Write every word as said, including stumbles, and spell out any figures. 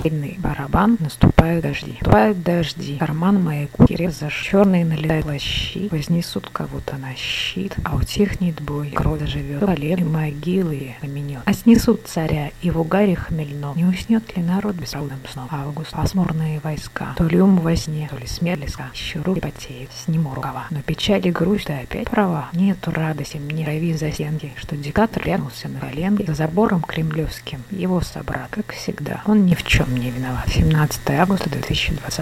Сильный барабан, наступают дожди. Наступают дожди. Карман моей куртки за черные налетают плащи, вознесут кого-то на щит, а утихнет бой, кровь заживет, колен и могилы каменет. А снесут царя, и в угаре хмельном не уснет ли народ бесправным сном? Август, пасмурные войска, то ли ум во сне, то ли смерть близка, еще руки потеют, сниму рукава. Но печаль и грусть, ты опять права, нету радости мне, рави за стенки, что диктатор лянулся на коленки за забором кремлевским, его собрат, как всегда, он ни в чем не виноват. семнадцатое августа две тысячи двадцатого